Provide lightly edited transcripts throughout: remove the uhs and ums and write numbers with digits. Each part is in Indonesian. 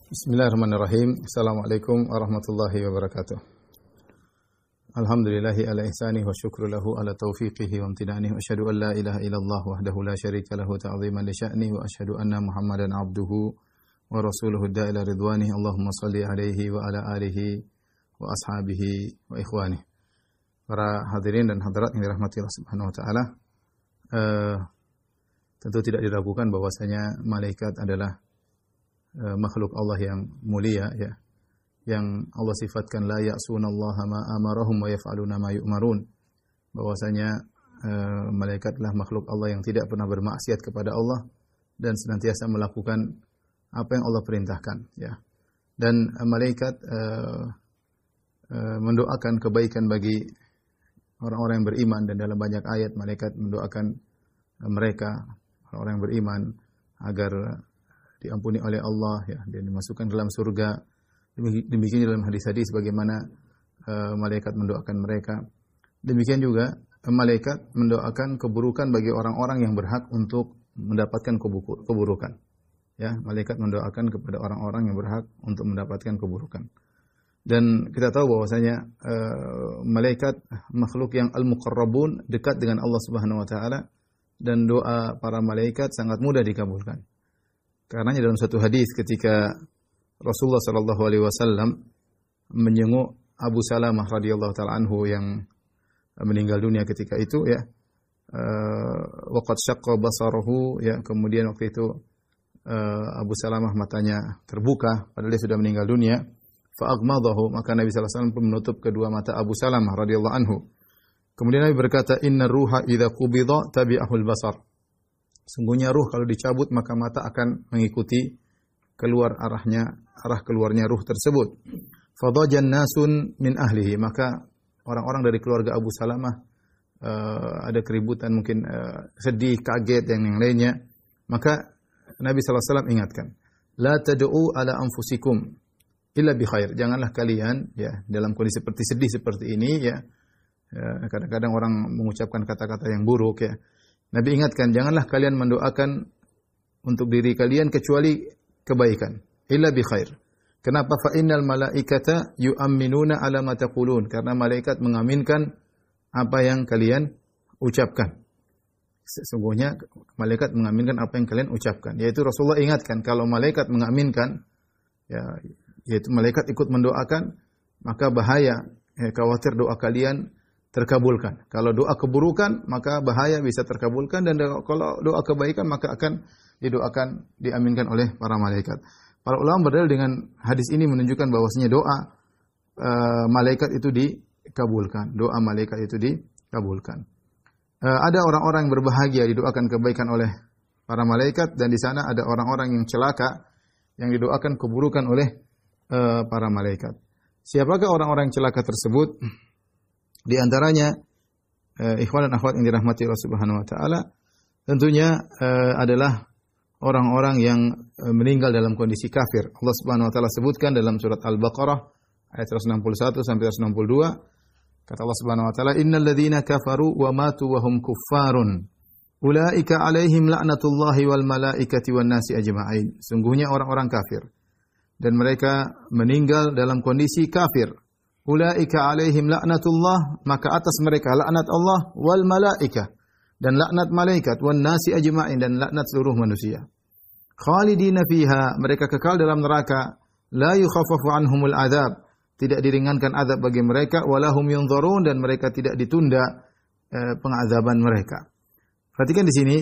Bismillahirrahmanirrahim. Assalamualaikum warahmatullahi wabarakatuh. Alhamdulillahi ala ihsanih wa syukru lahu ala taufiqihi wa amtinanih wa asyhadu an la ilaha illallah wahdahu la syarika lahu ta'ziman li sya'nih wa asyhadu anna Muhammadan abduhu wa rasuluhu da'ila ridwanih. Allahumma salli alaihi wa ala alihi wa ashabihi wa ikhwanih. Para hadirin dan hadirat yang dirahmati Allah Subhanahu wa taala, tentu tidak diragukan bahwasanya malaikat adalah makhluk Allah yang mulia, ya, yang Allah sifatkan la ya'sunallaha ma amarahum wa yaf'aluna ma yu'marun. Bahwasanya malaikat adalah makhluk Allah yang tidak pernah bermaksiat kepada Allah dan senantiasa melakukan apa yang Allah perintahkan, ya. Dan malaikat mendoakan kebaikan bagi orang-orang yang beriman, dan dalam banyak ayat malaikat mendoakan mereka orang-orang yang beriman agar diampuni oleh Allah, ya, dan dimasukkan dalam surga. Demikian dalam hadis-hadis bagaimana malaikat mendoakan mereka. Demikian juga malaikat mendoakan keburukan bagi orang-orang yang berhak untuk mendapatkan keburukan. Ya, malaikat mendoakan kepada orang-orang yang berhak untuk mendapatkan keburukan. Dan kita tahu bahwasanya malaikat makhluk yang al-muqarrabun, dekat dengan Allah Subhanahu wa taala, dan doa para malaikat sangat mudah dikabulkan. Karena dalam satu hadis ketika Rasulullah sallallahu alaihi wasallam menjenguk Abu Salamah radhiyallahu taala anhu yang meninggal dunia ketika itu, ya, waqad syaqqa basaruhu, ya, kemudian waktu itu Abu Salamah matanya terbuka padahal dia sudah meninggal dunia, fa aghmadahu, maka Nabi sallallahu alaihi wasallam pun menutup kedua mata Abu Salamah radhiyallahu anhu. Kemudian Nabi berkata, inna ruha idza qubida tabi'ahul basar. Sungguhnya ruh kalau dicabut maka mata akan mengikuti arah keluarnya ruh tersebut. Fadajan nasun min ahlihi, maka orang-orang dari keluarga Abu Salamah ada keributan, mungkin sedih, kaget, dan yang lainnya. Maka Nabi sallallahu alaihi wasallam ingatkan, la tad'u ala anfusikum illa bi khair. Janganlah kalian, ya, dalam kondisi seperti sedih seperti ini, ya, kadang-kadang orang mengucapkan kata-kata yang buruk, ya. Nabi ingatkan, janganlah kalian mendoakan untuk diri kalian kecuali kebaikan. Illa bi khair. Kenapa? Fa innal malaikata yu'minuna ala ma taqulun. Karena malaikat mengaminkan apa yang kalian ucapkan. Sesungguhnya malaikat mengaminkan apa yang kalian ucapkan. Yaitu Rasulullah ingatkan, kalau malaikat mengaminkan, ya, yaitu malaikat ikut mendoakan, maka bahaya, ya, khawatir doa kalian terkabulkan. Kalau doa keburukan, maka bahaya bisa terkabulkan, dan kalau doa kebaikan maka akan diaminkan oleh para malaikat. Para ulama berdalil dengan hadis ini menunjukkan bahwasanya doa malaikat itu dikabulkan. Doa malaikat itu dikabulkan. Ada orang-orang yang berbahagia didoakan kebaikan oleh para malaikat, dan di sana ada orang-orang yang celaka yang didoakan keburukan oleh para malaikat. Siapakah orang-orang yang celaka tersebut? Di antaranya ikhwan dan akhwat yang dirahmati Allah Subhanahu wa taala, tentunya adalah orang-orang yang meninggal dalam kondisi kafir. Allah Subhanahu wa taala sebutkan dalam surat Al-Baqarah ayat 161 sampai 162, kata Allah Subhanahu wa taala, innal ladzina kafaru wa matu wa hum kuffarun ulaika alaihim la'natullahi wal malaikati wan nasi ajma'in. Sungguhnya orang-orang kafir dan mereka meninggal dalam kondisi kafir. Ulaika alaihim la'natullah, maka atas mereka laknat Allah, wal malaikah, dan laknat malaikat, wan nasi ajma'in, dan laknat seluruh manusia. Khalidina fiha, mereka kekal dalam neraka. La yukhaffafu anhumul adzab, tidak diringankan azab bagi mereka. Walahum yunzarun, dan mereka tidak ditunda pengazaban mereka. Perhatikan di sini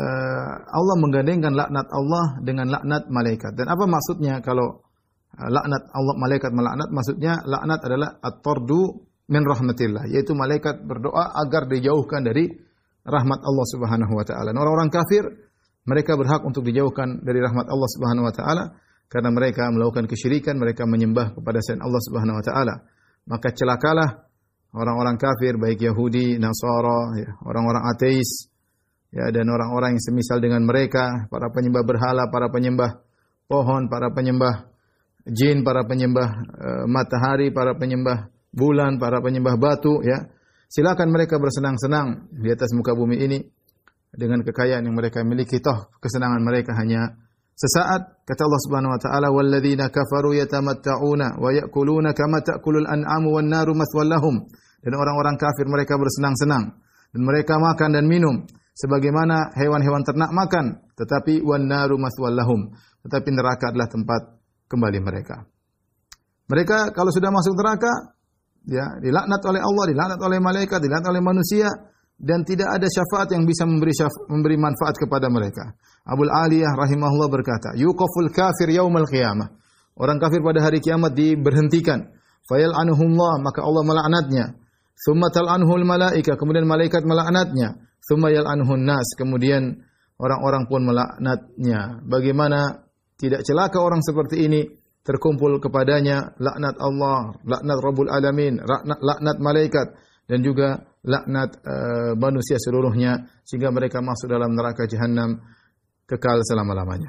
Allah menggandengkan laknat Allah dengan laknat malaikat. Dan apa maksudnya kalau laknat Allah, malaikat melaknat? Maksudnya laknat adalah at-tardu min rahmatillah, yaitu malaikat berdoa agar dijauhkan dari rahmat Allah Subhanahu wa taala. Orang-orang kafir, mereka berhak untuk dijauhkan dari rahmat Allah Subhanahu wa taala karena mereka melakukan kesyirikan, mereka menyembah kepada selain Allah Subhanahu wa taala. Maka celakalah orang-orang kafir, baik Yahudi, Nasara, ya, orang-orang ateis, ya, dan orang-orang yang semisal dengan mereka, para penyembah berhala, para penyembah pohon, para penyembah jin, para penyembah matahari, para penyembah bulan, para penyembah batu, ya. Silakan mereka bersenang-senang di atas muka bumi ini dengan kekayaan yang mereka miliki. Toh kesenangan mereka hanya sesaat. Kata Allah Subhanahu wa taala, "Walladzina kafaru yatamatta'una wa ya'kuluna kama ta'kulul an'amu wan naru mathwal lahum." Dan orang-orang kafir mereka bersenang-senang dan mereka makan dan minum sebagaimana hewan-hewan ternak makan, tetapi wan naru mathwal lahum, tetapi neraka adalah tempat kembali mereka. Mereka kalau sudah masuk neraka, ya, dilaknat oleh Allah, dilaknat oleh malaikat, dilaknat oleh manusia, dan tidak ada syafaat yang bisa memberi manfaat kepada mereka. Abul Aliyah rahimahullah berkata, yuqaful kafir yaumal qiyamah. Orang kafir pada hari kiamat diberhentikan. Fayal'anuhullah, maka Allah melaknatnya. Tsumma tal'anuhul malaika, kemudian malaikat melaknatnya. Tsumma yal'anuhun nas, kemudian orang-orang pun melaknatnya. Bagaimana tidak celaka orang seperti ini terkumpul kepadanya laknat Allah, laknat Rabbul Alamin, laknat malaikat, dan juga laknat manusia seluruhnya, sehingga mereka masuk dalam neraka jahanam kekal selama-lamanya.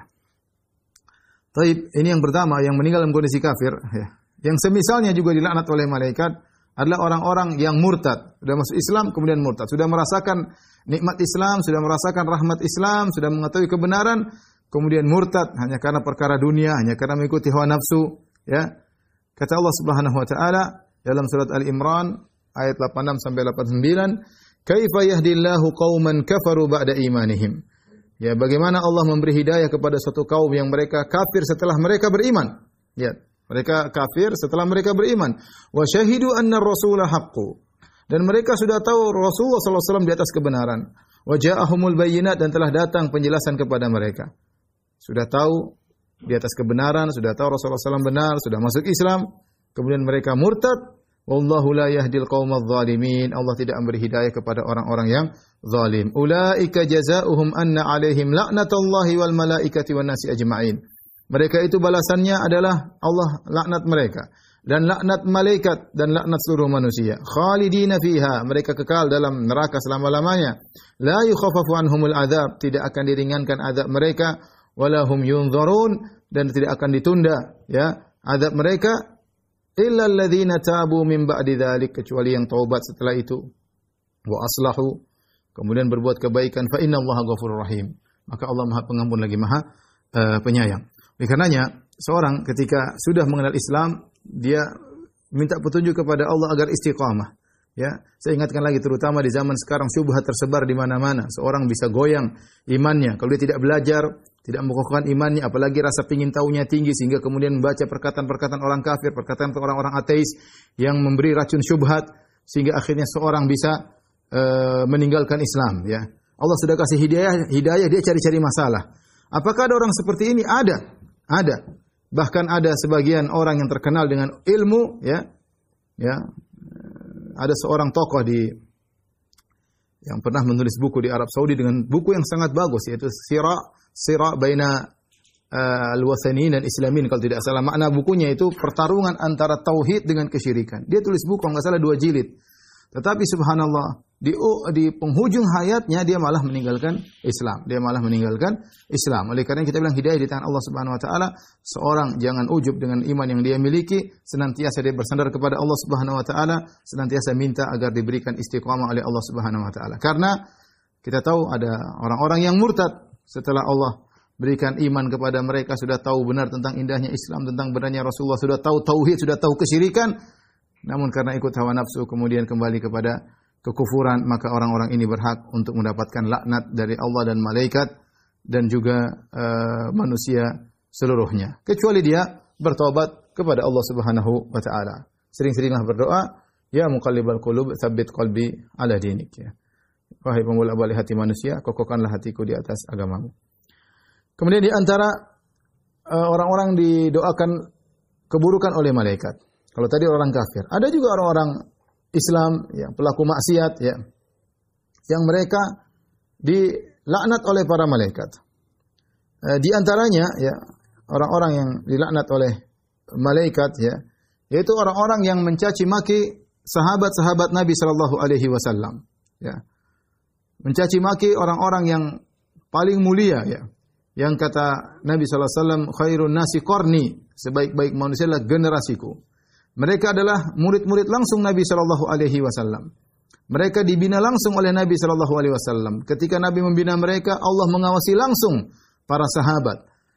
Taib, ini yang pertama, yang meninggal dalam kondisi kafir. Ya. Yang semisalnya juga dilaknat oleh malaikat adalah orang-orang yang murtad, sudah masuk Islam kemudian murtad, sudah merasakan nikmat Islam, sudah merasakan rahmat Islam, sudah mengetahui kebenaran, kemudian murtad hanya karena perkara dunia, hanya karena mengikuti hawa nafsu. Ya, kata Allah Subhanahu wa taala dalam surat Al-Imran ayat 86 sampai 89, "Kaifa yahdillahu qauman kafaru ba'da imanihim." Ya, bagaimana Allah memberi hidayah kepada suatu kaum yang mereka kafir setelah mereka beriman. Ya, mereka kafir setelah mereka beriman. Wa syahidu anna ar-rasula haqqu. Dan mereka sudah tahu Rasulullah sallallahu alaihi wasallam di atas kebenaran. Wa ja'ahumul bayyinat, dan telah datang penjelasan kepada mereka. Sudah tahu di atas kebenaran, sudah tahu Rasulullah SAW benar, sudah masuk Islam, kemudian mereka murtad. Wallahu la yahdil qaumadz zalimin. Allah tidak memberi hidayah kepada orang-orang yang zalim. Ulaika jazaohum anna alaihim laknatullahi wal malaikati wan nasi ajma'in. Mereka itu balasannya adalah Allah laknat mereka dan laknat malaikat dan laknat seluruh manusia. Khalidina fiha, mereka kekal dalam neraka selama-lamanya. La yukhaffafu anhumul adzab, tidak akan diringankan azab mereka. Walahum yunzarun, dan tidak akan ditunda ya azab mereka, illa alladzina tabu min ba'di dzalik, kecuali yang taubat setelah itu, wa aslahu, kemudian berbuat kebaikan, fa innallaha ghafurur rahim, maka Allah Maha Pengampun lagi Maha Penyayang. Oleh karenanya seorang ketika sudah mengenal Islam, dia minta petunjuk kepada Allah agar istiqamah. Ya, saya ingatkan lagi, terutama di zaman sekarang syubhat tersebar di mana-mana. Seorang bisa goyang imannya kalau dia tidak belajar, tidak mengokohkan imannya, apalagi rasa pingin tahunya tinggi sehingga kemudian membaca perkataan-perkataan orang kafir, perkataan orang-orang ateis yang memberi racun syubhat sehingga akhirnya seorang bisa meninggalkan Islam. Ya, Allah sudah kasih hidayah dia cari-cari masalah. Apakah ada orang seperti ini? Ada. Bahkan ada sebagian orang yang terkenal dengan ilmu. Ya. Ada seorang tokoh yang pernah menulis buku di Arab Saudi dengan buku yang sangat bagus, yaitu Sira' baina al-wathaniyin dan Islamin, kalau tidak salah. Makna bukunya itu pertarungan antara tauhid dengan kesyirikan. Dia tulis buku enggak salah 2 jilid. Tetapi subhanallah, di penghujung hayatnya dia malah meninggalkan Islam. Oleh karena kita bilang hidayah di tangan Allah Subhanahu wa taala. Seorang jangan ujub dengan iman yang dia miliki, senantiasa dia bersandar kepada Allah Subhanahu wa taala, senantiasa minta agar diberikan istiqamah oleh Allah Subhanahu wa taala. Karena kita tahu ada orang-orang yang murtad setelah Allah berikan iman kepada mereka, sudah tahu benar tentang indahnya Islam, tentang benarnya Rasulullah, sudah tahu tauhid, sudah tahu kesyirikan, namun karena ikut hawa nafsu kemudian kembali kepada kekufuran, maka orang-orang ini berhak untuk mendapatkan laknat dari Allah dan malaikat dan juga manusia seluruhnya, kecuali dia bertobat kepada Allah Subhanahu wa taala. Sering-seringlah berdoa, ya muqallibal qulub tsabbit qalbi ala dinik, ya. Wahai pembolak-balik hati manusia, kokohkanlah hatiku di atas agamamu. Kemudian di antara orang-orang didoakan keburukan oleh malaikat. Kalau tadi orang kafir, ada juga orang-orang Islam yang pelaku maksiat, ya, yang mereka dilaknat oleh para malaikat. Di antaranya, ya, orang-orang yang dilaknat oleh malaikat, ya, yaitu orang-orang yang mencaci maki sahabat-sahabat Nabi sallallahu alaihi wasallam, ya. Mencaci maki orang-orang yang paling mulia, ya. Yang kata Nabi sallallahu alaihi wasallam, khairun nasi qarni, sebaik-baik manusia adalah generasiku. Mereka adalah murid-murid langsung Nabi sallallahu alaihi wasallam. Mereka dibina langsung oleh Nabi sallallahu alaihi wasallam. Ketika Nabi membina mereka, Allah mengawasi langsung para sahabat.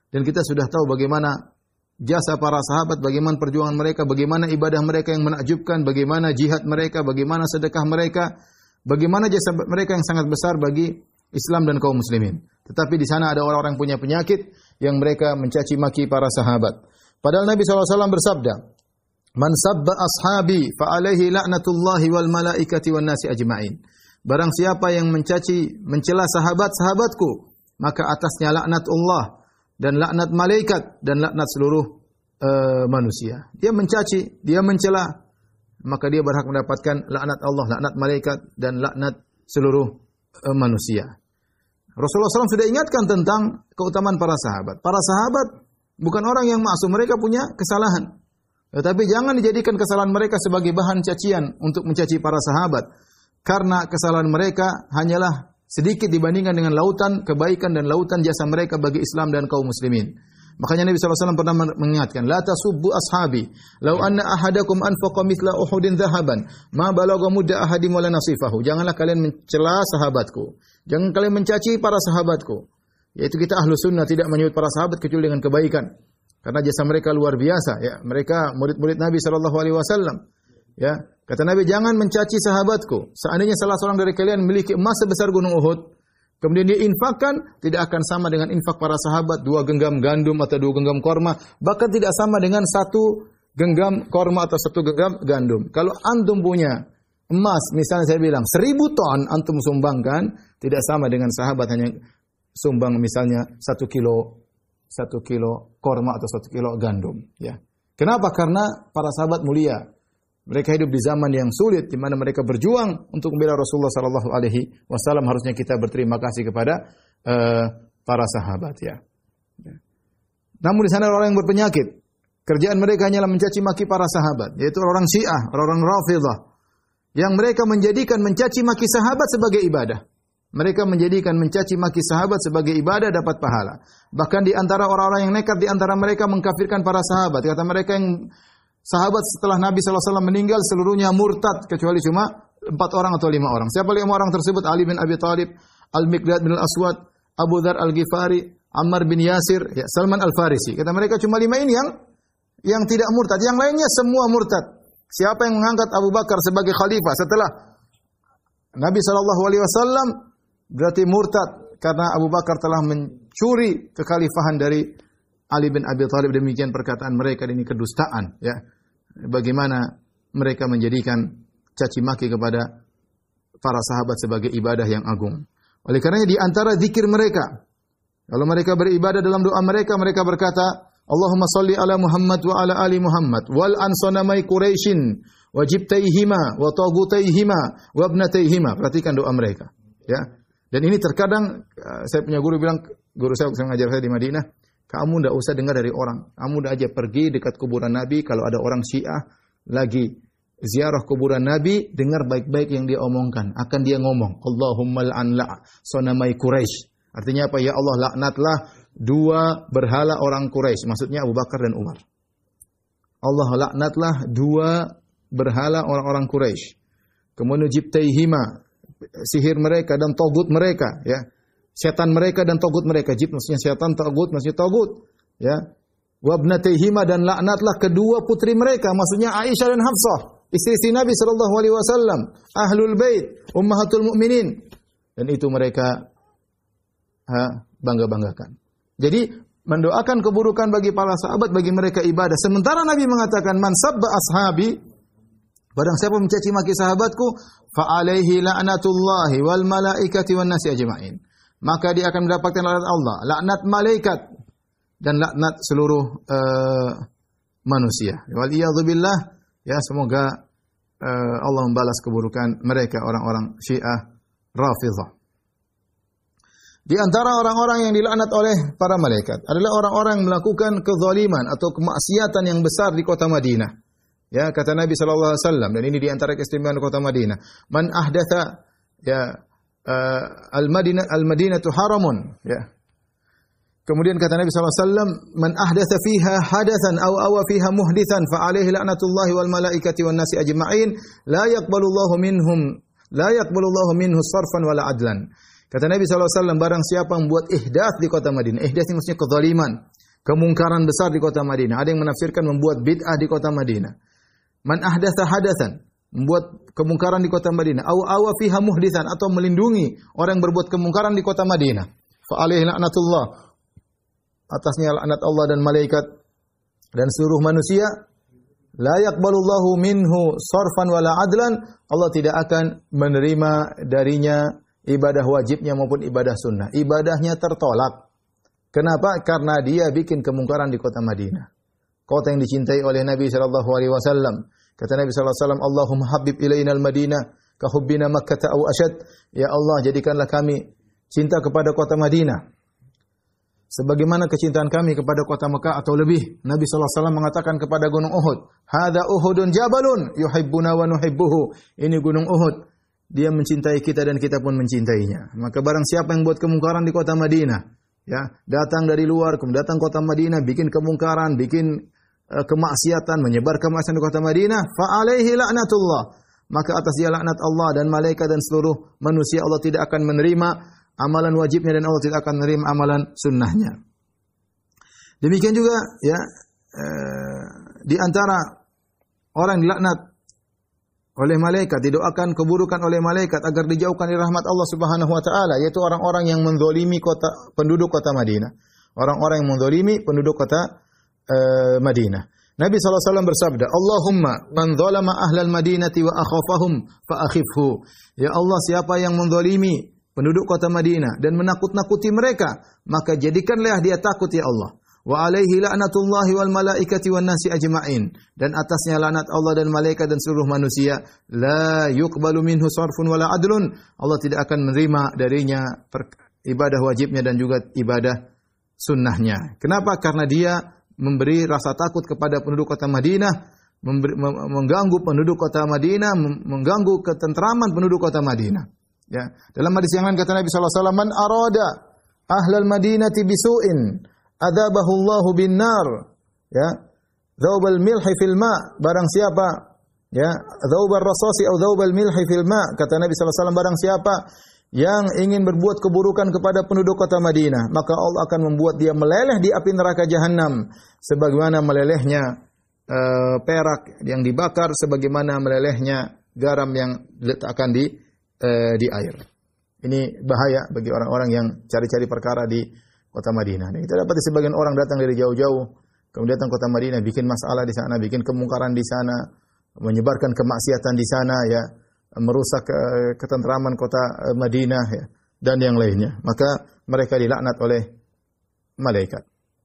Dan kita sudah tahu bagaimana jasa para sahabat, bagaimana perjuangan mereka, bagaimana ibadah mereka yang menakjubkan, bagaimana jihad mereka, bagaimana sedekah mereka, bagaimana jasa mereka yang sangat besar bagi Islam dan kaum muslimin. Tetapi di sana ada orang-orang punya penyakit yang mereka mencaci maki para sahabat. Padahal Nabi SAW bersabda, "Man sabba ashabi fa alaihi la'natullahi wal malaikati wan nasi ajma'in." Barang siapa yang mencela sahabat-sahabatku, maka atasnya laknat Allah dan laknat malaikat dan laknat seluruh manusia. Dia mencaci, dia mencela, maka dia berhak mendapatkan laknat Allah, laknat malaikat dan laknat seluruh manusia. Rasulullah SAW sudah ingatkan tentang keutamaan para sahabat. Para sahabat bukan orang yang maksum, mereka punya kesalahan. Tetapi jangan dijadikan kesalahan mereka sebagai bahan cacian untuk mencaci para sahabat. Karena kesalahan mereka hanyalah sedikit dibandingkan dengan lautan kebaikan dan lautan jasa mereka bagi Islam dan kaum muslimin. Makanya Nabi SAW pernah mengingatkan, "La tasubbu ashabi, law anna ahadakum anfaqa mithla Uhudin dhahaban, ma balagha mudda ahadim wala nasifahu." Janganlah kalian mencela sahabatku. Jangan kalian mencaci para sahabatku. Yaitu kita ahlu sunnah tidak menyebut para sahabat kecuali dengan kebaikan. Karena jasa mereka luar biasa. Ya, mereka murid-murid Nabi SAW. Ya, kata Nabi, jangan mencaci sahabatku. Seandainya salah seorang dari kalian memiliki emas sebesar gunung Uhud, kemudian dia infakkan, tidak akan sama dengan infak para sahabat 2 genggam gandum atau 2 genggam korma, bahkan tidak sama dengan 1 genggam korma atau 1 genggam gandum. Kalau antum punya emas, misalnya saya bilang 1000 ton antum sumbangkan, tidak sama dengan sahabat hanya sumbang misalnya 1 kilo korma atau 1 kilo gandum. Ya. Kenapa? Karena para sahabat mulia. Mereka hidup di zaman yang sulit, di mana mereka berjuang untuk membela Rasulullah SAW. Harusnya kita berterima kasih kepada para sahabat. Ya. Namun di sana orang yang berpenyakit, kerjaan mereka hanyalah mencaci maki para sahabat, yaitu orang Syiah, orang Rafidhah, yang mereka menjadikan mencaci maki sahabat sebagai ibadah. Mereka menjadikan mencaci maki sahabat sebagai ibadah dapat pahala. Bahkan di antara orang-orang yang nekat di antara mereka mengkafirkan para sahabat. Kata mereka yang sahabat setelah Nabi SAW meninggal seluruhnya murtad kecuali cuma 4 orang atau 5 orang. Siapa 5 orang tersebut? Ali bin Abi Thalib, Al-Miqdad bin Al-Aswad, Abu Dzar Al-Ghifari, Ammar bin Yasir, ya, Salman Al-Farisi. Kata mereka cuma 5 ini yang tidak murtad. Yang lainnya semua murtad. Siapa yang mengangkat Abu Bakar sebagai khalifah setelah Nabi SAW berarti murtad karena Abu Bakar telah mencuri kekhalifahan dari Ali bin Abi Thalib. Demikian perkataan mereka, ini kedustaan. Ya, bagaimana mereka menjadikan caci maki kepada para sahabat sebagai ibadah yang agung. Oleh karenanya di antara zikir mereka, kalau mereka beribadah dalam doa mereka, mereka berkata, Allahumma salli ala Muhammad wa ala ali Muhammad wal ansanamai Quraisyin wa jibtaihima wa tagutaihima wa ibnataihima. Perhatikan doa mereka. Ya. Dan ini terkadang saya punya guru bilang, guru saya waktu mengajar saya di Madinah, kamu tidak usah dengar dari orang. Kamu udah aja pergi dekat kuburan Nabi. Kalau ada orang Syiah lagi ziarah kuburan Nabi, dengar baik-baik yang dia omongkan. Akan dia ngomong, Allahumma la'an sonamai Quraisy. Artinya apa? Ya Allah, laknatlah 2 berhala orang Quraisy. Maksudnya Abu Bakar dan Umar. Allah laknatlah 2 berhala orang-orang Quraisy. Kemudian jibtaihima, sihir mereka dan togut mereka. Ya. Setan mereka dan togut mereka. Jib maksudnya setan, togut maksudnya togut. Ya. Wabnataihima, dan laknatlah kedua putri mereka, maksudnya Aisyah dan Hafsah, istri-istri Nabi SAW, Ahlul Bait, Ummahatul Mukminin. Dan itu mereka bangga-banggakan. Jadi mendoakan keburukan bagi para sahabat, bagi mereka ibadah. Sementara Nabi mengatakan, man sabba ashabi, barang siapa mencaci maki sahabatku, fa alaihi la'natullahi wal malaikati wan nasi ajma'in. Maka dia akan mendapatkan laknat Allah, laknat malaikat dan laknat seluruh manusia. Waliyadzubillah, ya, semoga Allah membalas keburukan mereka orang-orang Syiah Rafidhah. Di antara orang-orang yang dilaknat oleh para malaikat adalah orang-orang yang melakukan kezaliman atau kemaksiatan yang besar di kota Madinah. Ya, kata Nabi SAW, dan ini di antara keistimewaan kota Madinah. Man ahdatha, ya, al-Madinatu haramun. Ya. Kemudian kata Nabi SAW, man ahdatha fiha hadathan aw awa fiha muhdithan fa alaihi la'natullahi wal malaikati wan nasi ajma'in la yaqbalullahu minhu sarfan wala adlan. Kata Nabi SAW, barang siapa membuat ihdath di kota Madinah. Ihdath ini maksudnya kezaliman, kemungkaran besar di kota Madinah. Ada yang menafsirkan membuat bid'ah di kota Madinah. Man ahdatha hadatsan, membuat kemungkaran di kota Madinah. Awa fiha muhditsan, atau melindungi orang yang berbuat kemungkaran di kota Madinah. Fa alaihi la'natullah, atasnya laknat Allah dan malaikat dan seluruh manusia. La yaqbalullahu minhu sarfan wala adlan, Allah tidak akan menerima darinya ibadah wajibnya maupun ibadah sunnah. Ibadahnya tertolak. Kenapa? Karena dia bikin kemungkaran di kota Madinah. Kota yang dicintai oleh Nabi sallallahu alaihi wasallam. Kata Nabi sallallahu alaihi wasallam, "Allahumma habib ilaina al-Madinah ka hubbina Makkah aw ashad." Ya Allah, jadikanlah kami cinta kepada kota Madinah sebagaimana kecintaan kami kepada kota Mekah atau lebih. Nabi sallallahu alaihi wasallam mengatakan kepada gunung Uhud, "Hadza Uhudun jabalun yuhibbuna wa nuhibbuhu." Ini gunung Uhud, dia mencintai kita dan kita pun mencintainya. Maka barang siapa yang buat kemungkaran di kota Madinah, ya, datang dari luar, kemudian datang kota Madinah, bikin kemungkaran, bikin kemaksiatan, menyebar kemaksiatan di kota Madinah, fa alaihi la'natullah. Maka atas dia laknat Allah dan malaikat dan seluruh manusia. Allah tidak akan menerima amalan wajibnya dan Allah tidak akan menerima amalan sunnahnya. Demikian juga ya di antara orang yang dilaknat oleh malaikat, didoakan keburukan oleh malaikat agar dijauhkan dari rahmat Allah Subhanahu wa taala, yaitu orang-orang yang menzalimi penduduk kota Madinah. Orang-orang yang menzalimi penduduk kota Madinah. Nabi SAW bersabda, Allahumma man zalama ahlal madinati wa akhafahum fa akhifhu. Ya Allah, siapa yang menzalimi penduduk kota Madinah dan menakut-nakuti mereka, maka jadikanlah dia takut ya Allah. Wa alaihi la'natullahi wal malaikati wan nasi ajma'in. Dan atasnya laknat Allah dan malaikat dan seluruh manusia. La yuqbalu minhu sarfun wala adlun. Allah tidak akan menerima darinya ibadah wajibnya dan juga ibadah sunnahnya. Kenapa? Karena dia memberi rasa takut kepada penduduk kota Madinah, mengganggu penduduk kota Madinah, mengganggu ketentraman penduduk kota Madinah. Ya, dalam hadis yang lain kata Nabi sallallahu alaihi wasallam, "Man arada ahlal madinati bisu'in, adabahu Allahu bin nar." Ya, dzawbal milhi fil ma, barang siapa ya, dzawbal rasasi atau dzawbal milhi fil ma, kata Nabi sallallahu alaihi wasallam, barang siapa yang ingin berbuat keburukan kepada penduduk kota Madinah, maka Allah akan membuat dia meleleh di api neraka jahanam sebagaimana melelehnya perak yang dibakar, sebagaimana melelehnya garam yang diletakkan di air. Ini bahaya bagi orang-orang yang cari-cari perkara di kota Madinah. Kita dapat sebagian orang datang dari jauh-jauh, kemudian datang kota Madinah, bikin masalah di sana, bikin kemungkaran di sana, menyebarkan kemaksiatan di sana, ya, merusak ketentraman kota Madinah, ya, dan yang lainnya. Maka mereka dilaknat oleh malaikat.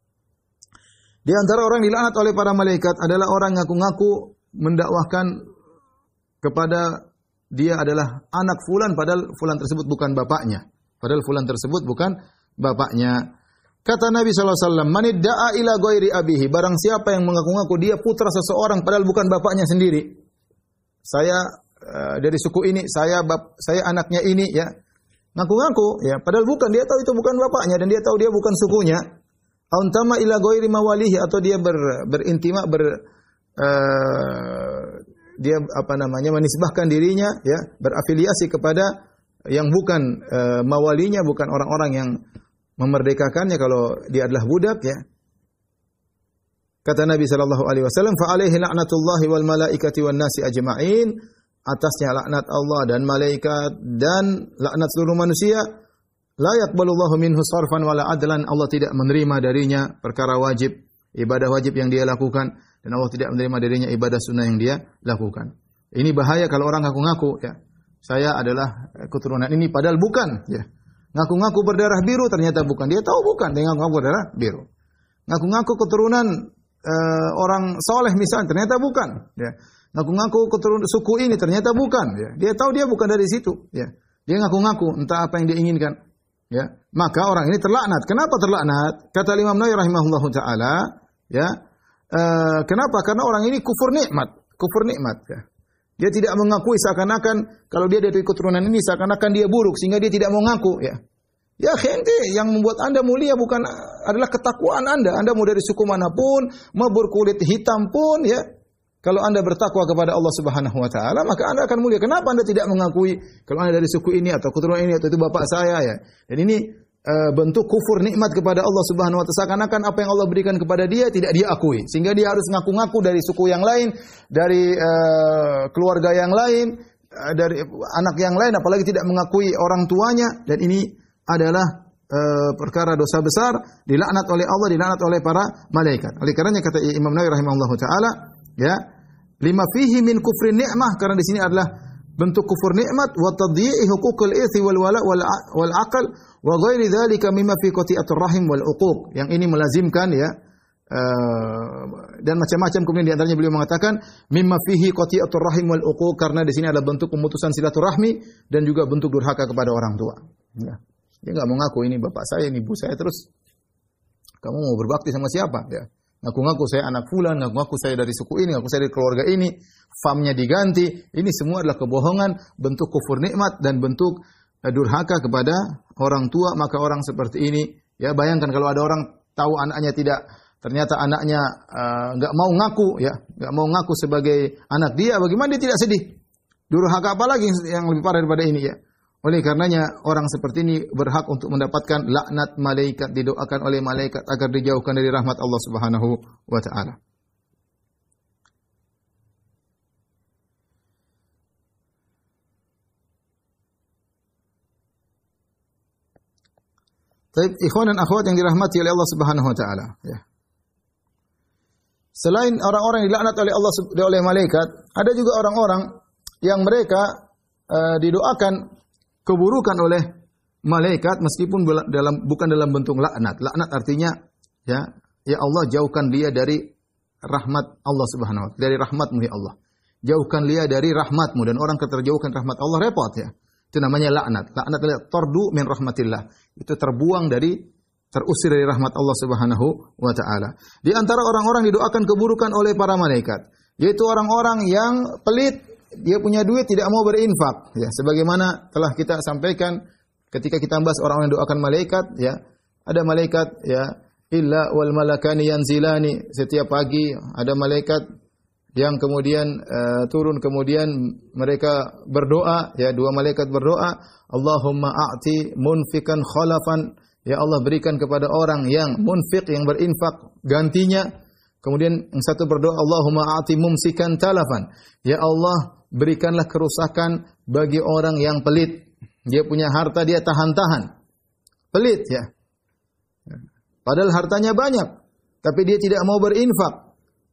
Di antara orang dilaknat oleh para malaikat adalah orang ngaku-ngaku mendakwahkan kepada dia adalah anak fulan, padahal fulan tersebut bukan bapaknya. Padahal fulan tersebut bukan bapaknya. Kata Nabi SAW, "Manidda'a ila ghairi abihi." Barang siapa yang mengaku-ngaku dia putra seseorang, padahal bukan bapaknya sendiri. Saya dari suku ini, saya anaknya ini, ya. Ngaku-ngaku, ya, padahal bukan, dia tahu itu bukan bapaknya dan dia tahu dia bukan sukunya. Auntama ila ghairi mawalihi, atau dia berintima dia menisbahkan dirinya, ya, berafiliasi kepada yang bukan mawalinya, bukan orang-orang yang memerdekakannya kalau dia adalah budak, ya. Kata Nabi sallallahu alaihi wasallam, "Fa alaihi la'natullahi wal malaikati wan nasi ajma'in." Atasnya laknat Allah dan malaikat dan laknat seluruh manusia. La yaqbalullahu minhu sarfan wala adlan. Allah tidak menerima darinya perkara wajib, ibadah wajib yang dia lakukan, dan Allah tidak menerima darinya ibadah sunnah yang dia lakukan. Ini bahaya kalau orang ngaku-ngaku, ya, saya adalah keturunan ini, padahal bukan, ya. Ngaku-ngaku berdarah biru, ternyata bukan. Dia tahu bukan, dia ngaku-ngaku berdarah biru. Ngaku-ngaku keturunan orang soleh misalnya, ternyata bukan, ya. Ngaku-ngaku keturunan suku ini, ternyata bukan, ya. Dia tahu dia bukan dari situ, ya. Dia ngaku-ngaku entah apa yang dia inginkan, ya. Maka orang ini terlaknat. Kenapa terlaknat? Kata Imam Nawawi rahimahullahu taala, ya. Kenapa? Karena orang ini kufur nikmat, ya. Dia tidak mengakui, seakan-akan kalau dia dari keturunan ini seakan-akan dia buruk sehingga dia tidak mau ngaku, ya. Ya, ente yang membuat Anda mulia bukan adalah ketakwaan Anda. Anda mau dari suku manapun, mau berkulit hitam pun, ya. Kalau Anda bertakwa kepada Allah Subhanahu wa taala, maka Anda akan mulia. Kenapa Anda tidak mengakui kalau Anda dari suku ini atau keturunan ini atau itu bapak saya ya? Dan ini bentuk kufur nikmat kepada Allah Subhanahu wa taala. Seakan-akan apa yang Allah berikan kepada dia tidak dia akui. Sehingga dia harus ngaku-ngaku dari suku yang lain, dari keluarga yang lain, dari anak yang lain, apalagi tidak mengakui orang tuanya. Dan ini adalah perkara dosa besar, dilaknat oleh Allah, dilaknat oleh para malaikat. Oleh karenanya kata Imam Nawawi rahimahullahu taala, ya, lima fihi min kufrin ni'mah, karena di sini adalah bentuk kufur nikmat wa tadyi'i huquqil irthi wal wala wal aql wa ghairi dzalika mimma fi qati'atur rahim wal uquq. Yang ini melazimkan ya dan macam-macam. Kemudian di antaranya beliau mengatakan mimma fihi qati'atur rahim wal uquq, karena di sini ada bentuk pemutusan silaturahmi dan juga bentuk durhaka kepada orang tua. Ya. Dia enggak mau ngaku ini bapak saya, ini ibu saya, terus kamu mau berbakti sama siapa? Ya. Ngaku-ngaku saya anak fulan, ngaku-ngaku saya dari suku ini, ngaku saya dari keluarga ini, famnya diganti. Ini semua adalah kebohongan, bentuk kufur nikmat dan bentuk durhaka kepada orang tua. Maka orang seperti ini, ya bayangkan kalau ada orang tahu anaknya tidak, ternyata anaknya enggak mau ngaku, ya, enggak mau ngaku sebagai anak dia, bagaimana dia tidak sedih? Durhaka apalagi yang lebih parah daripada ini, ya. Oleh karenanya orang seperti ini berhak untuk mendapatkan laknat malaikat, didoakan oleh malaikat agar dijauhkan dari rahmat Allah Subhanahu wa taala. Baik, ikhwan dan akhwat yang dirahmati oleh Allah Subhanahu wa taala, ya. Selain orang-orang yang dilaknat oleh Allah oleh malaikat, ada juga orang-orang yang mereka didoakan keburukan oleh malaikat meskipun bukan dalam bentuk laknat. Laknat artinya ya Allah jauhkan dia dari rahmat Allah Subhanahu wa taala, dari rahmat-Mu ya Allah. Jauhkan dia dari rahmat-Mu, dan orang keterjauhkan rahmat Allah repot ya. Itu namanya laknat. Laknat adalah tardu min rahmatillah. Itu terbuang terusir dari rahmat Allah Subhanahu wa taala. Di antara orang-orang didoakan keburukan oleh para malaikat, yaitu orang-orang yang pelit. Dia punya duit tidak mau berinfak, ya, sebagaimana telah kita sampaikan ketika kita bahas orang yang doakan malaikat, ya. Ada malaikat, ya, illa wal malakani yanzilani, setiap pagi ada malaikat yang kemudian turun, kemudian mereka berdoa, ya, dua malaikat berdoa, Allahumma a'ti munfikan khalafan, ya Allah berikan kepada orang yang munfik, yang berinfak gantinya. Kemudian yang satu berdoa, Allahumma a'ti mumsikan talafan, ya Allah berikanlah kerusakan bagi orang yang pelit. Dia punya harta, dia tahan-tahan. Pelit, ya. Padahal hartanya banyak, tapi dia tidak mau berinfak.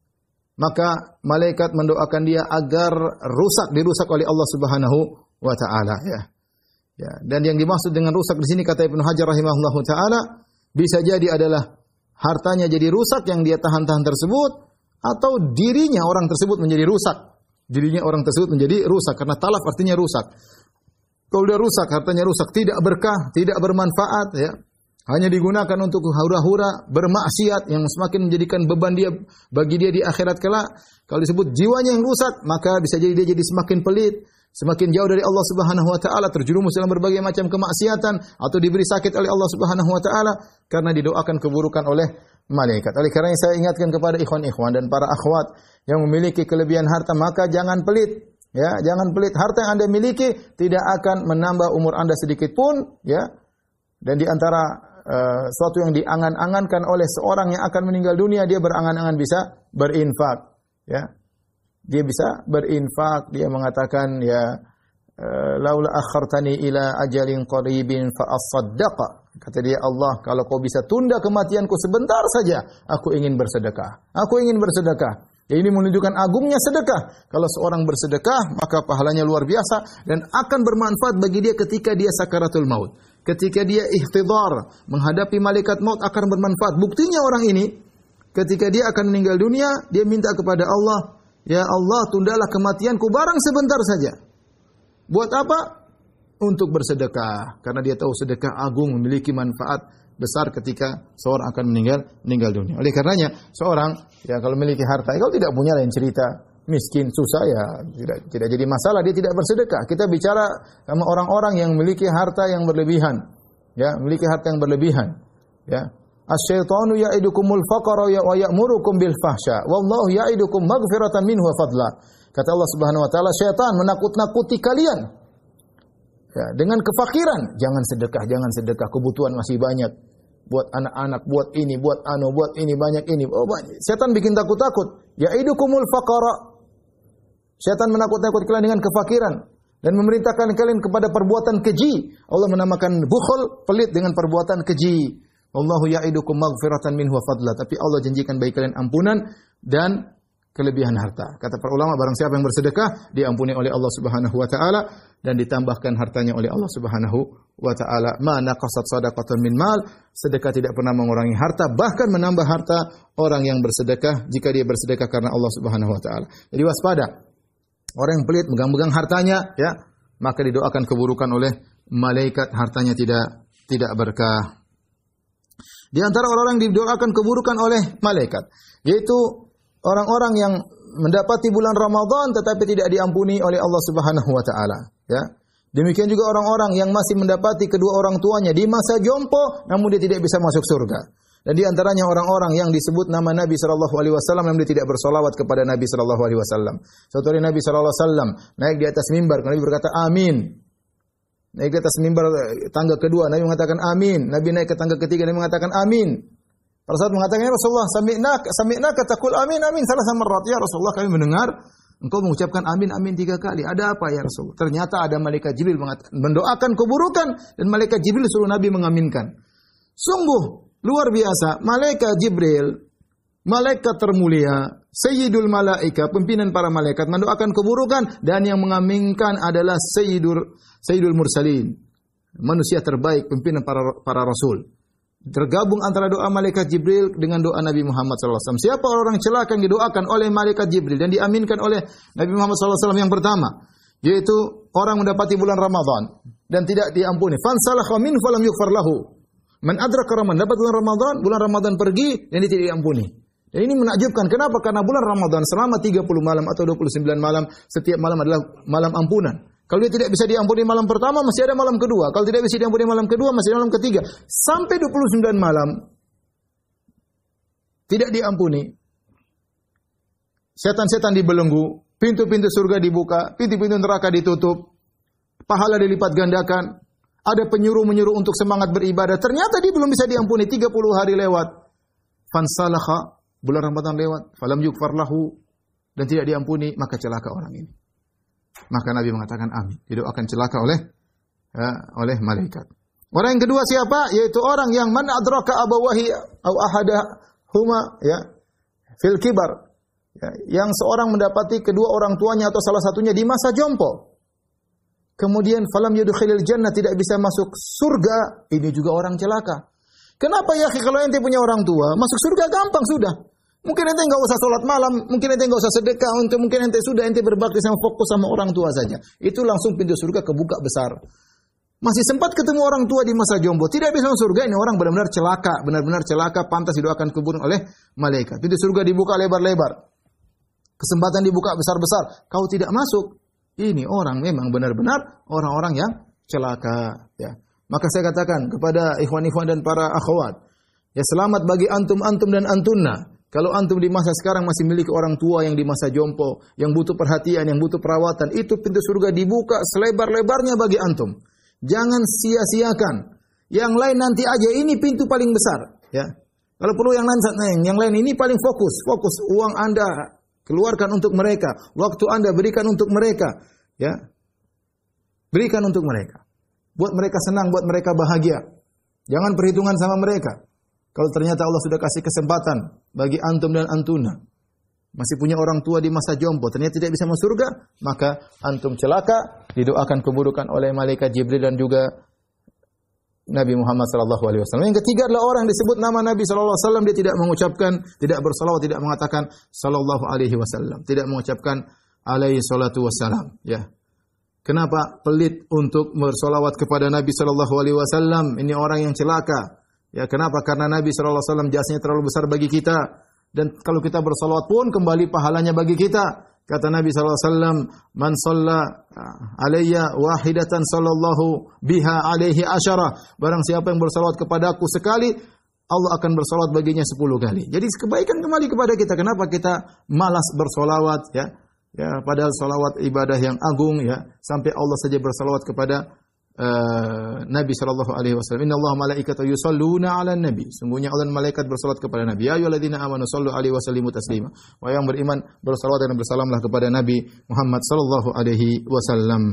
Maka malaikat mendoakan dia agar dirusak oleh Allah Subhanahu wa taala, ya. Ya, dan yang dimaksud dengan rusak di sini kata Ibnu Hajar rahimahullahu taala, bisa jadi adalah hartanya jadi rusak yang dia tahan-tahan tersebut, atau dirinya orang tersebut menjadi rusak. Dirinya orang tersebut menjadi rusak, karena talaf artinya rusak. Kalau dia rusak, hartanya rusak, tidak berkah, tidak bermanfaat, ya. Hanya digunakan untuk hura-hura, bermaksiat yang semakin menjadikan beban dia bagi dia di akhirat kelak. Kalau disebut jiwanya yang rusak, maka bisa jadi dia jadi semakin pelit, semakin jauh dari Allah Subhanahu wa taala, terjerumus dalam berbagai macam kemaksiatan, atau diberi sakit oleh Allah Subhanahu wa taala karena didoakan keburukan oleh malaikat. Oleh karena saya ingatkan kepada ikhwan-ikhwan dan para akhwat yang memiliki kelebihan harta, maka jangan pelit. Ya, jangan pelit. Harta yang Anda miliki tidak akan menambah umur Anda sedikit pun, ya. Dan di antara suatu yang diangan-angankan oleh seorang yang akan meninggal dunia, dia berangan-angan bisa berinfak, ya. Dia bisa berinfak, dia mengatakan ya laula akhartani ila ajalin qaribin fa asaddaqa. Kata dia, Allah, kalau kau bisa tunda kematianku sebentar saja, aku ingin bersedekah. Aku ingin bersedekah. Ya, ini menunjukkan agungnya sedekah. Kalau seorang bersedekah, maka pahalanya luar biasa dan akan bermanfaat bagi dia ketika dia sakaratul maut. Ketika dia ihtidar, menghadapi malaikat maut akan bermanfaat. Buktinya orang ini, ketika dia akan meninggal dunia, dia minta kepada Allah, ya Allah, tundalah kematianku barang sebentar saja. Buat apa? Untuk bersedekah. Karena dia tahu sedekah agung, memiliki manfaat besar ketika seorang akan meninggal dunia. Oleh karenanya, seorang ya kalau memiliki harta, kalau tidak punya lain cerita, miskin, susah ya tidak jadi masalah, dia tidak bersedekah. Kita bicara sama orang-orang yang memiliki harta yang berlebihan. Ya, memiliki harta yang berlebihan. Ya. Asy-syaitanu ya'idukumul faqra wa ya'murukum bil fahsya. Wallahu ya'idukum maghfiratan minhu wa fadla. Kata Allah Subhanahu wa taala, syaitan menakut-nakuti kalian ya, dengan kefakiran. Jangan sedekah, kebutuhan masih banyak. Buat anak-anak, buat ini, buat ini, banyak ini. Oh, banyak. Syaitan bikin takut-takut. Ya'idukumul faqra. Syaitan menakut-nakuti kalian dengan kefakiran dan memerintahkan kalian kepada perbuatan keji. Allah menamakan bukhul, pelit, dengan perbuatan keji. Wallahu ya'idukum maghfiratan minhu wa fadla. Tapi Allah janjikan bagi kalian ampunan dan kelebihan harta. Kata para ulama, barang siapa yang bersedekah diampuni oleh Allah Subhanahu wa taala dan ditambahkan hartanya oleh Allah Subhanahu wa taala. Ma naqasat shadaqatan min mal. Sedekah tidak pernah mengurangi harta, bahkan menambah harta orang yang bersedekah jika dia bersedekah karena Allah Subhanahu wa taala. Jadi waspada. Orang yang pelit megang-megang hartanya, ya, maka didoakan keburukan oleh malaikat, hartanya tidak berkah. Di antara orang-orang yang didoakan keburukan oleh malaikat, yaitu orang-orang yang mendapati bulan Ramadan tetapi tidak diampuni oleh Allah Subhanahu wa taala, ya. Demikian juga orang-orang yang masih mendapati kedua orang tuanya di masa jompo namun dia tidak bisa masuk surga. Dan di antaranya orang-orang yang disebut nama Nabi sallallahu alaihi wasallam namun dia tidak bersolawat kepada Nabi sallallahu alaihi wasallam. Suatu hari Nabi sallallahu alaihi wasallam naik di atas mimbar, Nabi berkata amin. Naik di atas mimbar tangga kedua, Nabi mengatakan amin. Nabi naik ke tangga ketiga, Nabi mengatakan amin. Pada saat mengatakan, ya Rasulullah, sami'na katakul amin, amin. Salah sama rot, ya Rasulullah, kami mendengar engkau mengucapkan amin, amin 3 kali. Ada apa ya Rasul? Ternyata ada malaikat Jibril mendoakan keburukan dan malaikat Jibril suruh Nabi mengaminkan. Sungguh luar biasa, malaikat Jibril, malaikat termulia, Sayyidul Malaika, pimpinan para malaikat, mendoakan keburukan dan yang mengaminkan adalah Sayyidul Mursalin, manusia terbaik, pimpinan para rasul. Tergabung antara doa malaikat Jibril dengan doa Nabi Muhammad SAW. Siapa orang celaka yang didoakan oleh malaikat Jibril dan diaminkan oleh Nabi Muhammad SAW yang pertama, yaitu orang mendapati bulan Ramadan dan tidak diampuni. Fansalakha min falam yughfar lahu. Man adraka Ramadan, dapat bulan Ramadan pergi dan dia tidak diampuni. Dan ini menakjubkan. Kenapa? Karena bulan Ramadan selama 30 malam atau 29 malam, setiap malam adalah malam ampunan. Kalau dia tidak bisa diampuni malam pertama, masih ada malam kedua. Kalau tidak bisa diampuni malam kedua, masih ada malam ketiga. Sampai 29 malam tidak diampuni. Setan-setan dibelenggu, pintu-pintu surga dibuka, pintu-pintu neraka ditutup, pahala dilipat gandakan. Ada penyuruh-menyuruh untuk semangat beribadah. Ternyata dia belum bisa diampuni. 30 hari lewat. Fansalakha, bulan Ramadan lewat. Falam yukfar lahu. Dan tidak diampuni. Maka celaka orang ini. Maka Nabi mengatakan amin. Didoakan celaka oleh malaikat. Orang yang kedua siapa? Yaitu orang yang man adraka abawahi au ahadahuma, ya, fil kibar. Ya, yang seorang mendapati kedua orang tuanya atau salah satunya di masa jompo. Kemudian falam yudkhilil jannah, tidak bisa masuk surga, ini juga orang celaka. Kenapa ya? Kalau ente punya orang tua, masuk surga gampang sudah. Mungkin ente enggak usah salat malam, mungkin ente enggak usah sedekah, mungkin ente berbakti sama fokus sama orang tua saja. Itu langsung pintu surga kebuka besar. Masih sempat ketemu orang tua di masa jombo, tidak bisa masuk surga, ini orang benar-benar celaka, pantas didoakan kuburan oleh malaikat. Pintu surga dibuka lebar-lebar. Kesempatan dibuka besar-besar, kau tidak masuk. Ini orang memang benar-benar orang-orang yang celaka, ya. Maka saya katakan kepada ikhwan-ikhwan dan para akhwat, ya, selamat bagi antum-antum dan antunna. Kalau antum di masa sekarang masih memiliki orang tua yang di masa jompo, yang butuh perhatian, yang butuh perawatan, itu pintu surga dibuka selebar-lebarnya bagi antum. Jangan sia-siakan. Yang lain nanti aja, ini pintu paling besar, ya. Kalau perlu yang lain ini paling fokus uang Anda keluarkan untuk mereka. Waktu Anda berikan untuk mereka. Ya. Berikan untuk mereka. Buat mereka senang, buat mereka bahagia. Jangan perhitungan sama mereka. Kalau ternyata Allah sudah kasih kesempatan bagi antum dan antuna, masih punya orang tua di masa jompo, ternyata tidak bisa masuk surga, maka antum celaka, didoakan keburukan oleh malaikat Jibril dan juga Nabi Muhammad sallallahu alaihi wasallam. Yang ketiga adalah orang disebut nama Nabi sallallahu alaihi wasallam, dia tidak mengucapkan, tidak bersalawat, tidak mengatakan sallallahu alaihi wasallam, tidak mengucapkan alaihi salatu wassalam, ya. Kenapa pelit untuk bersalawat kepada Nabi sallallahu alaihi wasallam? Ini orang yang celaka. Ya, kenapa? Karena Nabi sallallahu alaihi wasallam jasanya terlalu besar bagi kita, dan kalau kita bersalawat pun kembali pahalanya bagi kita. Kata Nabi SAW, man shalla alayya wahidatan sallallahu biha alaihi asyara. Barang siapa yang bersalawat kepadaku sekali, Allah akan bersolawat baginya 10 kali. Jadi kebaikan kembali kepada kita. Kenapa kita malas bersolawat ya? Ya, padahal solawat ibadah yang agung ya. Sampai Allah saja bersolawat kepada Nabi sallallahu alaihi wasallam. Innallaha malaikatahu yusholluna 'alan nabi. Sungguhnya Allah dan malaikat bersolawat kepada Nabi. Ya ayyuhalladzina amanu shallu 'alaihi wa sallimu taslima. Wahai yang beriman, bersolawat dan bersalamlah kepada Nabi Muhammad sallallahu alaihi wasallam.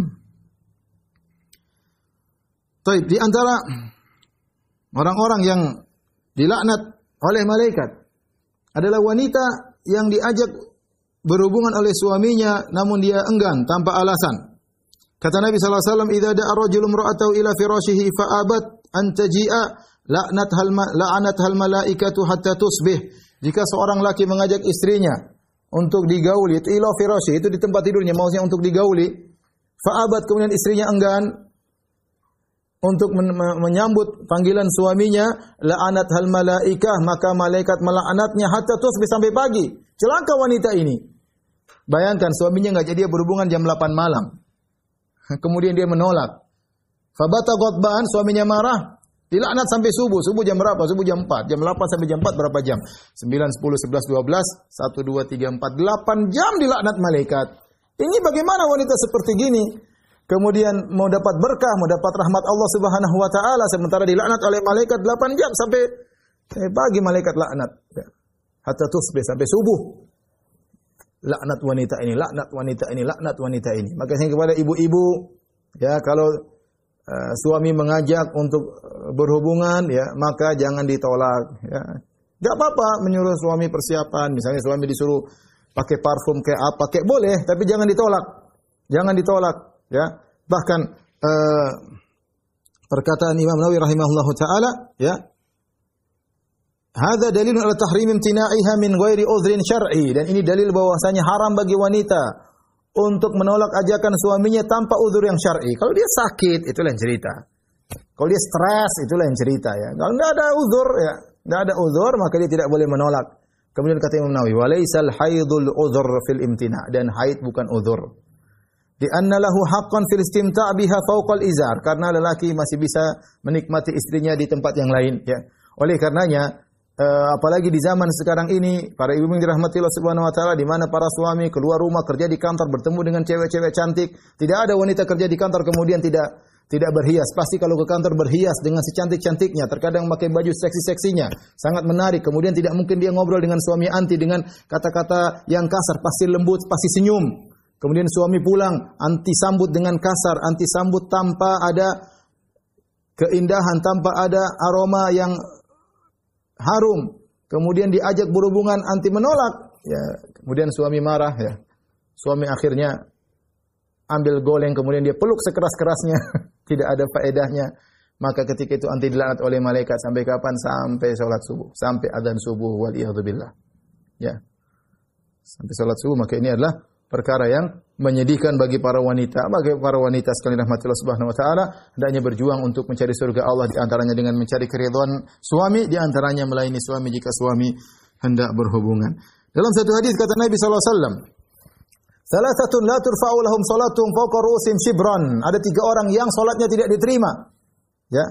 Baik, di antara orang-orang yang dilaknat oleh malaikat adalah wanita yang diajak berhubungan oleh suaminya namun dia enggan tanpa alasan. Kata Nabi sallallahu alaihi wasallam, "Idza da'a rajulun imra'atahu ila firashihi fa abat an taji'a la'anathal malaikatu hatta tusbih." Jika seorang laki mengajak istrinya untuk digauli, itu ila firashihi, itu di tempat tidurnya, maksudnya untuk digauli, fa abat, kemudian istrinya enggan untuk menyambut panggilan suaminya, la'anathal malaikah, maka malaikat melaknatnya hatta tusbih, sampai pagi. Celaka wanita ini. Bayangkan suaminya enggak jadi berhubungan jam 8 malam. Kemudian dia menolak. Fabata ghadban, suaminya marah, dilaknat sampai subuh. Subuh jam berapa? Subuh jam 4. Jam 8 sampai jam 4 berapa jam? 9, 10, 11, 12, 1, 2, 3, 4, 8 jam dilaknat malaikat. Ini bagaimana wanita seperti gini? Kemudian mau dapat berkah, mau dapat rahmat Allah Subhanahu wa taala, sementara dilaknat oleh malaikat 8 jam sampai pagi malaikat laknat. Hatta tusbih, sampai subuh. Laknat wanita ini, laknat wanita ini, laknat wanita ini. Makanya kepada ibu-ibu, ya, kalau suami mengajak untuk berhubungan, ya, maka jangan ditolak. Ya. Gak apa-apa menyuruh suami persiapan. Misalnya suami disuruh pakai parfum kayak apa, kayak boleh, tapi jangan ditolak. Jangan ditolak. Ya. Bahkan perkataan Imam Nawawi rahimahullahu taala, ya, hadza dalilun ala tahrim imtina'iha min ghairi udhrin syar'i, dan ini dalil bahwasanya haram bagi wanita untuk menolak ajakan suaminya tanpa uzur yang syar'i. Kalau dia sakit, itu lain cerita. Kalau dia stres, itu lain cerita ya. Kalau enggak ada uzur ya, enggak ada uzur maka dia tidak boleh menolak. Kemudian kata Imam Nawawi, walaisal haidul uzur fil imtina', dan haid bukan uzur. Di anna lahu haqqan fil istimta' biha fawqal izar, karena lelaki masih bisa menikmati istrinya di tempat yang lain ya. Oleh karenanya apalagi di zaman sekarang ini, para ibu yang dirahmati Allah Subhanahu wa taala, di mana para suami keluar rumah kerja di kantor bertemu dengan cewek-cewek cantik. Tidak ada wanita kerja di kantor kemudian tidak berhias. Pasti kalau ke kantor berhias dengan secantik-cantiknya, terkadang pakai baju seksi-seksinya, sangat menarik. Kemudian tidak mungkin dia ngobrol dengan suami anti dengan kata-kata yang kasar, pasti lembut, pasti senyum. Kemudian suami pulang, anti sambut dengan kasar, anti sambut tanpa ada keindahan, tanpa ada aroma yang harum. Kemudian diajak berhubungan, anti menolak. Ya, kemudian suami marah ya. Suami akhirnya ambil goleng, kemudian dia peluk sekeras-kerasnya. Tidak ada faedahnya. Maka ketika itu anti dilaknat oleh malaikat sampai kapan? Sampai salat subuh, sampai adzan subuh, wal iyadzu billah. Ya. Sampai salat subuh, maka ini adalah perkara yang menyedihkan bagi para wanita. Bagi para wanita sekalian rahmatullah subhanahu wa ta'ala, hendaknya berjuang untuk mencari surga Allah, di antaranya dengan mencari keridhaan suami, di antaranya melayani suami jika suami hendak berhubungan. Dalam satu hadis kata Nabi sallallahu alaihi wasallam, "Thalathatun la turfa'u lahum salatuhum fawqa ru'usihim shibran." Ada 3 orang yang salatnya tidak diterima. Ya.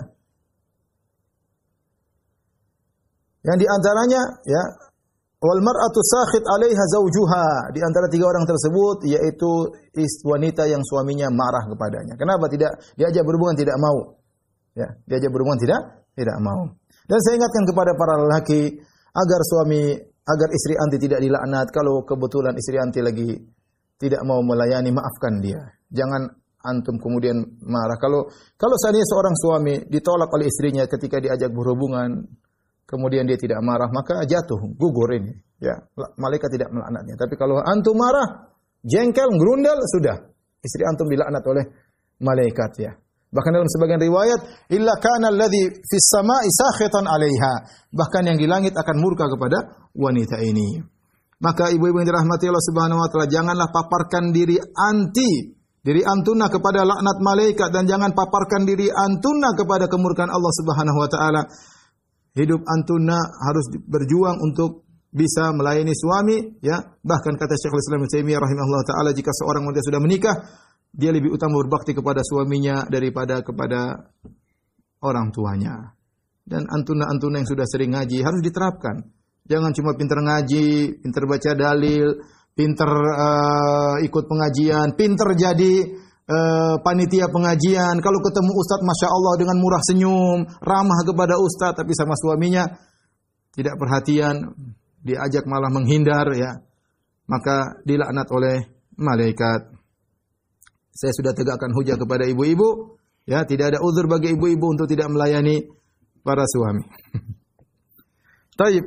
Yang di antaranya ya, wal mar'atu sakhit 'alaiha zawjuha. Di antara 3 orang tersebut yaitu wanita yang suaminya marah kepadanya. Kenapa tidak diajak berhubungan, tidak mau? Ya, diajak berhubungan tidak mau. Dan saya ingatkan kepada para lelaki agar istri anti tidak dilaknat. Kalau kebetulan istri anti lagi tidak mau melayani, maafkan dia. Jangan antum kemudian marah. Kalau seandainya seorang suami ditolak oleh istrinya ketika diajak berhubungan, kemudian dia tidak marah, maka jatuh, gugur ini. Ya, malaikat tidak melaknatnya. Tapi kalau antum marah, jengkel, gerundal, sudah. Istri antum dilaknat oleh malaikat ya. Bahkan dalam sebagian riwayat, illa kana alladhi fis sama'i sakhitan 'alaiha. Bahkan yang di langit akan murka kepada wanita ini. Maka ibu-ibu yang dirahmati Allah Subhanahu wa taala, janganlah paparkan diri antuna kepada laknat malaikat, dan jangan paparkan diri antuna kepada kemurkaan Allah Subhanahu wa taala. Hidup antuna harus berjuang untuk bisa melayani suami ya. Bahkan kata Syekhul Islam Ibnu Taimiyah rahimahullah taala, jika seorang wanita sudah menikah, dia lebih utama berbakti kepada suaminya daripada kepada orang tuanya. dan antuna-antuna yang sudah sering ngaji harus diterapkan. Jangan cuma pinter ngaji, pinter baca dalil, pinter ikut pengajian, pinter jadi panitia pengajian. Kalau ketemu ustadz, masya Allah dengan murah senyum, ramah kepada ustadz, tapi sama suaminya tidak perhatian, diajak malah menghindar, ya, maka dilaknat oleh malaikat. Saya sudah tegakkan hujah kepada ibu-ibu, ya, tidak ada uzur bagi ibu-ibu untuk tidak melayani para suami. Taib.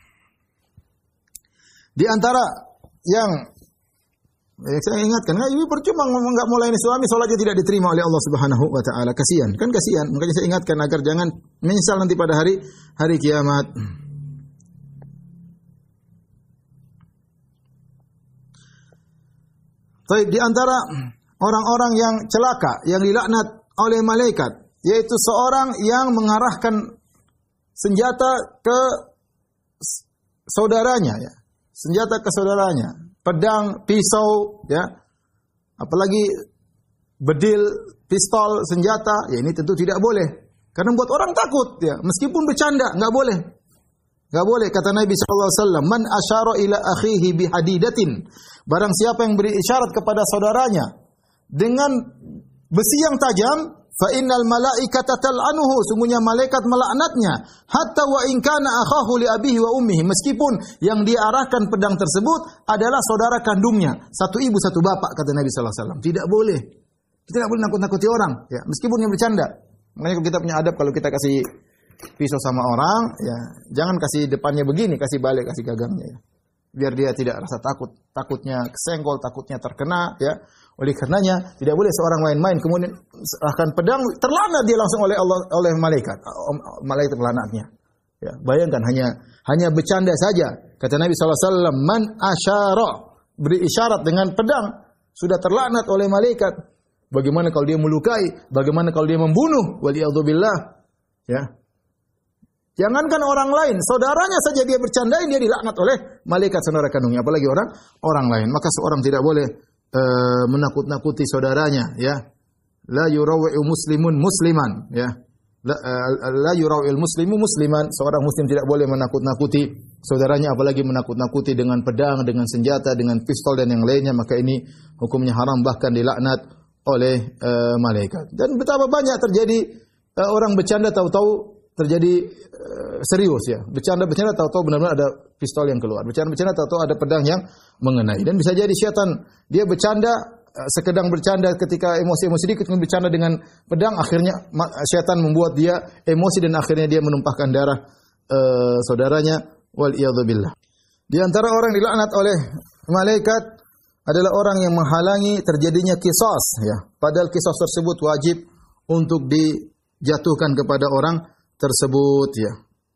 Di antara yang saya ingatkan, ibu percuma enggak melayani suami, salatnya tidak diterima oleh Allah Subhanahu wa taala. Kasihan, kan kasihan. Makanya saya ingatkan agar jangan menyesal nanti pada hari kiamat. Taib, di antara orang-orang yang celaka, yang dilaknat oleh malaikat, yaitu seorang yang mengarahkan senjata ke saudaranya, ya. Senjata ke saudaranya, pedang, pisau, ya. Apalagi bedil, pistol, senjata, ya ini tentu tidak boleh. Karena membuat orang takut, ya. Meskipun bercanda, enggak boleh. Enggak boleh, kata Nabi SAW, man asyara ila akhihi bihadidatin. Barang siapa yang beri isyarat kepada saudaranya dengan besi yang tajam, fa innal malaikata tal'anuhu, sungguhnya malaikat melaknatnya, hatta wa in kana akhahu li abihi wa ummihi, meskipun yang dia arahkan pedang tersebut adalah saudara kandungnya, satu ibu satu bapak, kata Nabi sallallahu alaihi wasallam. Tidak boleh. Kita tidak boleh nakut-nakuti orang, ya, meskipun yang bercanda. Makanya kalau kita punya adab, kalau kita kasih pisau sama orang, ya, jangan kasih depannya begini, kasih balik, kasih gagangnya, ya. Biar dia tidak rasa takut, takutnya kesenggol, takutnya terkena, ya. Oleh karenanya tidak boleh seorang main-main kemudian serahkan pedang, terlaknat dia langsung oleh Allah, oleh malaikat. Malaikat melaknatnya. Ya, bayangkan hanya bercanda saja. Kata Nabi SAW, man asyara, beri isyarat dengan pedang, sudah terlaknat oleh malaikat. Bagaimana kalau dia melukai? Bagaimana kalau dia membunuh? Waliyadzubillah. Ya. Jangankan orang lain, saudaranya saja dia bercandain, dia dilaknat oleh malaikat saudara kandungnya, apalagi orang lain. Maka seorang tidak boleh menakut-nakuti saudaranya, ya. La yurawi'u muslimun musliman, ya. La yurawi'il muslimu musliman. Seorang muslim tidak boleh menakut-nakuti saudaranya, apalagi menakut-nakuti dengan pedang, dengan senjata, dengan pistol dan yang lainnya. Maka ini hukumnya haram, bahkan dilaknat oleh malaikat. Dan betapa banyak terjadi orang bercanda tahu-tahu terjadi serius, ya. Bercanda-bercanda tahu-tahu benar-benar ada pistol yang keluar. Bercanda-bercanda tahu-tahu ada pedang yang mengenai. Dan bisa jadi setan dia bercanda, sekedang bercanda ketika emosi-emosi dikit bercanda dengan pedang, akhirnya setan membuat dia emosi dan akhirnya dia menumpahkan darah saudaranya. Wal iyadzubillah. Di antara orang dilaknat oleh malaikat adalah orang yang menghalangi terjadinya qisas, ya. Padahal qisas tersebut wajib untuk dijatuhkan kepada orang tersebut, ya.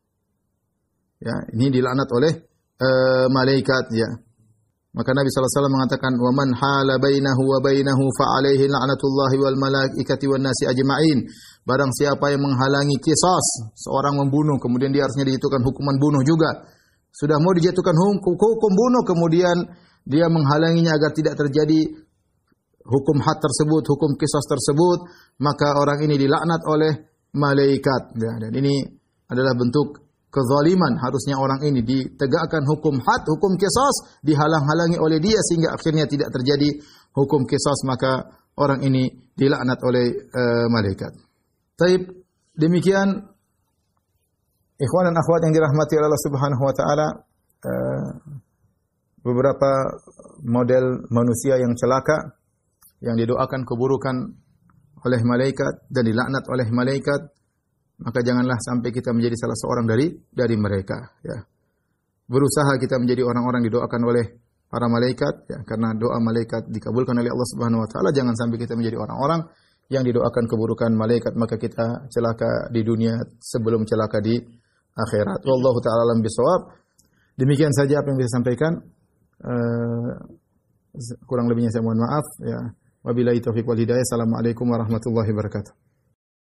Ya, ini dilaknat oleh malaikat, ya. Maka Nabi SAW mengatakan, "Wa man hala bainahu wa bainahu fa alaihi la'natullahi wal malaikati wan nasi ajma'in." Barang siapa yang menghalangi qisas, seorang membunuh kemudian dia harusnya dijatuhkan hukuman bunuh juga. Sudah mau dijatuhkan hukum bunuh, kemudian dia menghalanginya agar tidak terjadi hukum had tersebut, hukum qisas tersebut, maka orang ini dilaknat oleh malaikat. Dan ini adalah bentuk kezaliman. Harusnya orang ini ditegakkan hukum had, hukum qisas, dihalang-halangi oleh dia sehingga akhirnya tidak terjadi hukum qisas, maka orang ini dilaknat oleh malaikat. Taib, demikian ikhwan dan akhwat yang dirahmati oleh Allah Subhanahu wa taala, beberapa model manusia yang celaka yang didoakan keburukan oleh malaikat dan dilaknat oleh malaikat, maka janganlah sampai kita menjadi salah seorang dari mereka, ya. Berusaha kita menjadi orang-orang didoakan oleh para malaikat, ya, karena doa malaikat dikabulkan oleh Allah Subhanahu wa taala. Jangan sampai kita menjadi orang-orang yang didoakan keburukan malaikat, maka kita celaka di dunia sebelum celaka di akhirat. Wallahu taala alam bisawab. Demikian saja apa yang bisa sampaikan. Kurang lebihnya saya mohon maaf, ya. Wabillahi taufiq wal hidayah. Assalamualaikum warahmatullahi wabarakatuh.